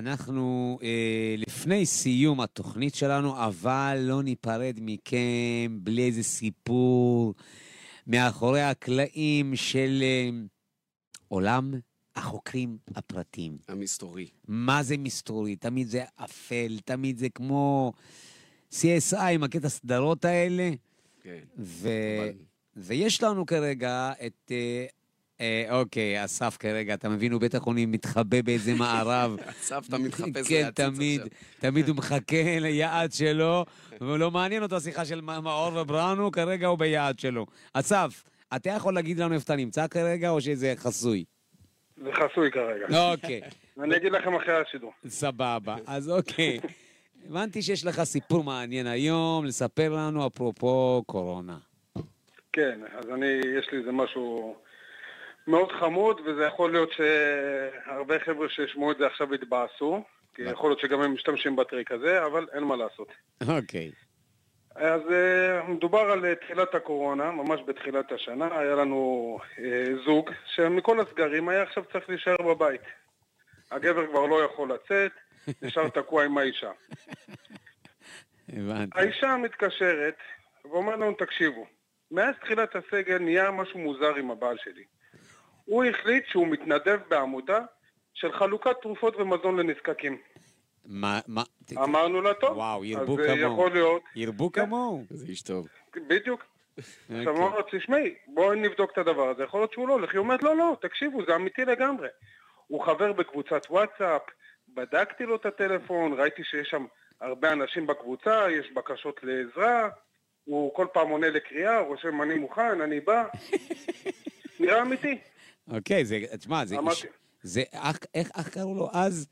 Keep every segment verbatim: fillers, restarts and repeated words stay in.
אנחנו אה, לפני סיום התוכנית שלנו, אבל לא ניפרד מכם בלי איזה סיפור מאחורי הקלעים של אה, עולם החוקרים הפרטיים. המסתורי. מה זה מסתורי? תמיד זה אפל, תמיד זה כמו סי אס איי עם הקטע הסדרות האלה. כן. ו... אבל... ויש לנו כרגע את... אה, אה, אוקיי, אסף כרגע, אתה מבין, הוא בטח הוא מתחבא באיזה מערב. אסף, אתה מתחפש כן, להציץ תמיד, עכשיו. תמיד הוא מחכה ליעד שלו, ולא מעניין אותו השיחה של מאור ובראנו, כרגע הוא ביעד שלו. אסף, אתה יכול להגיד לנו איפה אתה נמצא כרגע, או שזה חסוי? זה חסוי כרגע. אוקיי. אני אגיד לכם אחרי השידור. סבבה, אז אוקיי. הבנתי שיש לך סיפור מעניין היום, לספר לנו אפרופו קורונה. כן, אז אני, יש לי איזה משהו מאוד חמוד, וזה יכול להיות שהרבה חבר'ה שישמעו את זה עכשיו יתבאסו, כי יכול להיות שגם הם משתמשים בטריק הזה, אבל אין מה לעשות. אוקיי. אז uh, מדובר על uh, תחילת הקורונה, ממש בתחילת השנה, היה לנו uh, זוג שמכל הסגרים היה עכשיו צריך להישאר בבית. הגבר כבר לא יכול לצאת, נשאר תקוע עם האישה. הבנתי. האישה מתקשרת ואומרת לנו, תקשיבו, מאז תחילת הסגל נהיה משהו מוזר עם הבעל שלי. הוא החליט שהוא מתנדב בעמותה של חלוקת תרופות ומזון לנזקקים. מה, מה? אמרנו לה טוב. וואו, ירבו אז כמוהו. יכול להיות... ירבו כמוהו. זה איש טוב. בדיוק. עכשיו אמרנו, תשמעי, בואי נבדוק את הדבר הזה. יכול להיות שהוא לא הולך. היא אומרת, לא, לא, תקשיבו, זה אמיתי לגמרי. הוא חבר בקבוצת וואטסאפ, בדקתי לו את הטלפון, ראיתי שיש שם הרבה אנשים בקבוצה, יש בקשות לעזרה, הוא כל פעם עונה לקריאה, הוא רושם, אני מוכן, אני בא. נראה אמיתי. אוקיי, זה, תשמע, זה איש, זה, איך קראו לו אז,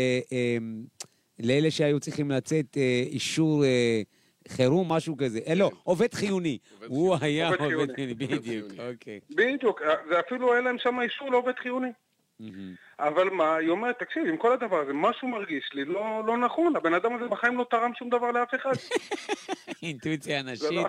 לאלה שהיו צריכים לצאת אישור חירום, משהו כזה, לא, עובד חיוני, הוא היה עובד חיוני, בדיוק, אוקיי. בדיוק, זה אפילו היה להם שם אישור לעובד חיוני. אבל מה, היא אומרת, תקשיב, עם כל הדבר הזה, משהו מרגיש לי לא, לא נכון, הבן אדם הזה בחיים לא תרם שום דבר לאף אחד. אינטואיציה אנשית.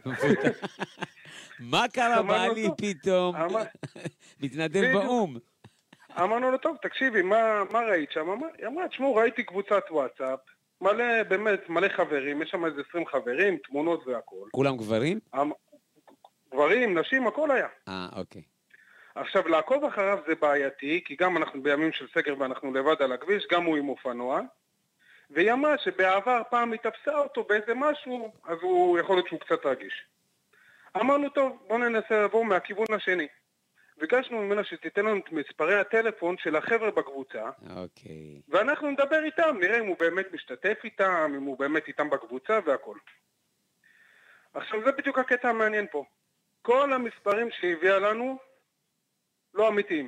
מה קרה בעלי פתאום? מתנדב באום. אמרנו לו, טוב, תקשיבי, מה, מה ראית שם? היא אמרה, תשמעו, ראיתי קבוצת וואטסאפ, מלא, באמת, מלא חברים, יש שם איזה עשרים חברים, תמונות והכל. כולם גברים? גברים, נשים, הכל היה. אה, אוקיי. עכשיו, לעקוב אחריו זה בעייתי, כי גם אנחנו בימים של סגר ואנחנו לבד על הכביש, גם הוא עם אופנוע, והיא אמרה שבעבר פעם היא תפסה אותו באיזה משהו, אז הוא יכול להיות שהוא קצת רגיש. אמרנו, טוב, בוא ננסה לבוא מהכיוון השני. ביקשנו ממנה שתיתן לנו את מספרי הטלפון של החבר'ה בקבוצה, אוקיי. ואנחנו נדבר איתם, נראה אם הוא באמת משתתף איתם, אם הוא באמת איתם בקבוצה והכל. עכשיו, זה בדיוק הקטע המעניין פה. כל המספרים שהביאה לנו, לא אמיתיים.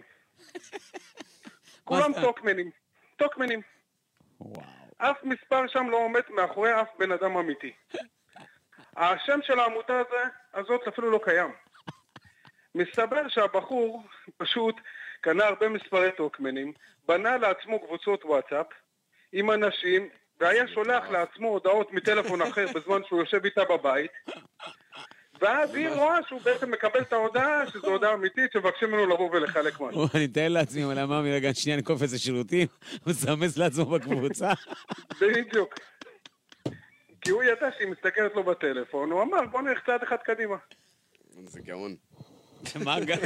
כולם טוקמנים. טוקמנים. וואו. אף מספר שם לא עומד מאחורי אף בן אדם אמיתי. השם של העמותה הזה, הזאת אפילו לא קיים. מסתבר שהבחור פשוט קנה הרבה מספרי טוקמנים, בנה לעצמו קבוצות וואטסאפ עם אנשים, והיה שולח לעצמו הודעות מטלפון אחר בזמן שהוא יושב איתה בבית, ואז היא רואה שהוא בעצם מקבל את ההודעה, שזו הודעה אמיתית, שמבקשים ממנו לבוא ולחלק משהו. אני אתאר לעצמי, אבל אמרתי, רגע, שנייה, נקופץ לשירותים, הוא מסמס לעצמו בקבוצה. בדיוק. כי הוא ידע שהיא מסתכלת לו בטלפון, הוא אמר, בוא נלך צעד אחד קדימה. זה גאון. מה גם?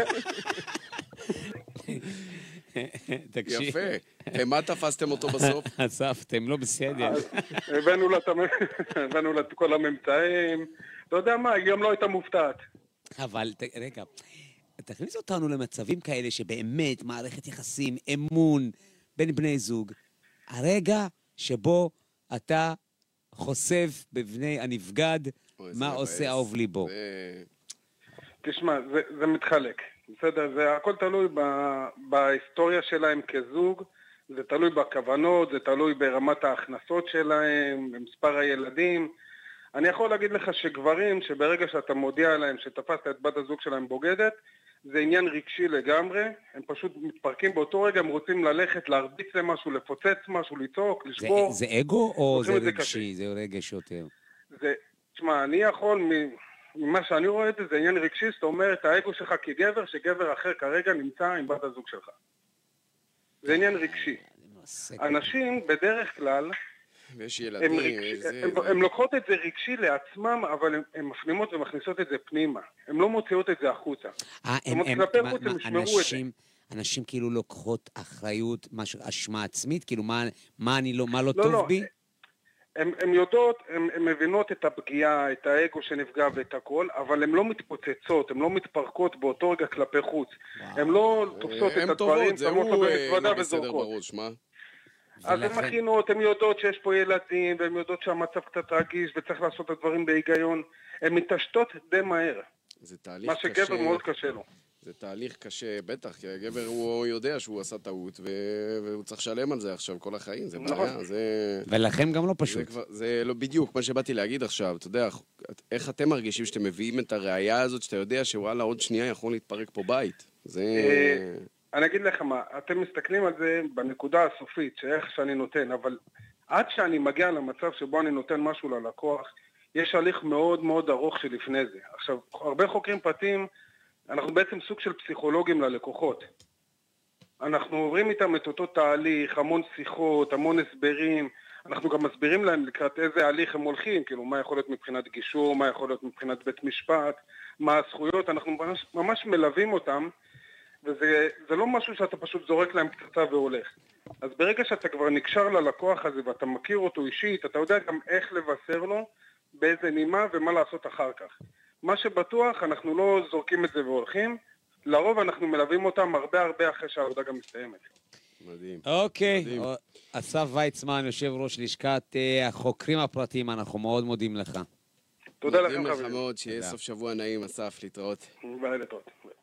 תקשיב. יפה. ומה תפסתם אותו בסוף? אספתם, לא בסדר. הבאנו לה כל הממצאים. אתה יודע מה, היא גם לא הייתה מופתעת. אבל, רגע, תכניס אותנו למצבים כאלה שבאמת מערכת יחסים, אמון בין בני זוג. הרגע שבו אתה חושף בבני הנבגד מה עושה אהוב ליבו. תשמע, זה, זה מתחלק. בסדר, זה הכל תלוי ב, בהיסטוריה שלהם כזוג, זה תלוי בכוונות, זה תלוי ברמת ההכנסות שלהם, במספר הילדים. אני יכול להגיד לך שגברים, שברגע שאתה מודיע להם שתפסת את בת הזוג שלהם בוגדת, זה עניין רגשי לגמרי, הם פשוט מתפרקים באותו רגע, הם רוצים ללכת, להרביץ למשהו, לפוצץ משהו, לצעוק, לשבור. זה, זה אגו או זה רגשי? זה רגש יותר? זה, תשמע, אני יכול, ממה שאני רואה את זה, זה עניין רגשי, זאת אומרת, האגו שלך כגבר, שגבר אחר כרגע נמצא עם בת הזוג שלך. זה עניין רגשי. אנשים בדרך כלל, ויש הם, ילדים, רגש... יש זה, הם, זה. הם לוקחות את זה רגשי לעצמם, אבל הם, הם מפנימות ומכניסות את זה פנימה. הם לא מוציאות את זה החוצה. אה, זאת אומרת, כלפי חוץ הם ישמרו את זה. אנשים, אנשים כאילו לוקחות אחריות, משהו, אשמה עצמית, כאילו מה, מה אני לא, מה לא, לא, טוב לא, בי? הם, הם יודעות, הם, הם מבינות את הפגיעה, את האגו שנפגע ואת הכל, אבל הן לא מתפוצצות, הן לא מתפרקות באותו רגע כלפי חוץ. הן לא תופסות את הם הדברים, טובות, זה שמות לו הוא במזוודה לא בסדר וזורקות. בראש, מה? אז הן מכינות, הן יודעות שיש פה ילדים, והן יודעות שהמצב קצת רגיש וצריך לעשות את הדברים בהיגיון. הן מתעשתות די מהר. זה תהליך מה קשה. שגבר מאוד קשה לו. זה תהליך קשה, בטח, כי הגבר הוא יודע שהוא עשה טעות, ו- והוא צריך לשלם על זה עכשיו כל החיים, זה נכון. בעיה, זה... ולכם גם לא זה, פשוט. כבר, זה לא בדיוק מה שבאתי להגיד עכשיו, אתה יודע, איך אתם מרגישים שאתם מביאים את הראייה הזאת, שאתה יודע שוואלה עוד שנייה יכול להתפרק פה בית, זה... אני אגיד לך מה, אתם מסתכלים על זה בנקודה הסופית, שאיך שאני נותן, אבל עד שאני מגיע למצב שבו אני נותן משהו ללקוח, יש הליך מאוד מאוד ארוך שלפני זה. עכשיו, הרבה חוקרים פרטיים, אנחנו בעצם סוג של פסיכולוגים ללקוחות. אנחנו עוברים איתם את אותו תהליך, המון שיחות, המון הסברים, אנחנו גם מסבירים להם לקראת איזה הליך הם הולכים, כאילו מה יכול להיות מבחינת גישור, מה יכול להיות מבחינת בית משפט, מה הזכויות, אנחנו ממש, ממש מלווים אותם, וזה זה לא משהו שאתה פשוט זורק להם פצצה והולך. אז ברגע שאתה כבר נקשר ללקוח הזה ואתה מכיר אותו אישית, אתה יודע גם איך לבשר לו, באיזה נימה ומה לעשות אחר כך. מה שבטוח, אנחנו לא זורקים את זה והולכים, לרוב אנחנו מלווים אותם הרבה הרבה אחרי שהעבודה גם מסתיימת. מדהים. אוקיי, מדהים. אסף ויצמן, יושב ראש לשכת אה, החוקרים הפרטיים, אנחנו מאוד מודים לך. תודה לכם מודים לך חברים. מאוד, שיהיה תודה. סוף שבוע נעים, אסף, להתראות. ביי להתראות.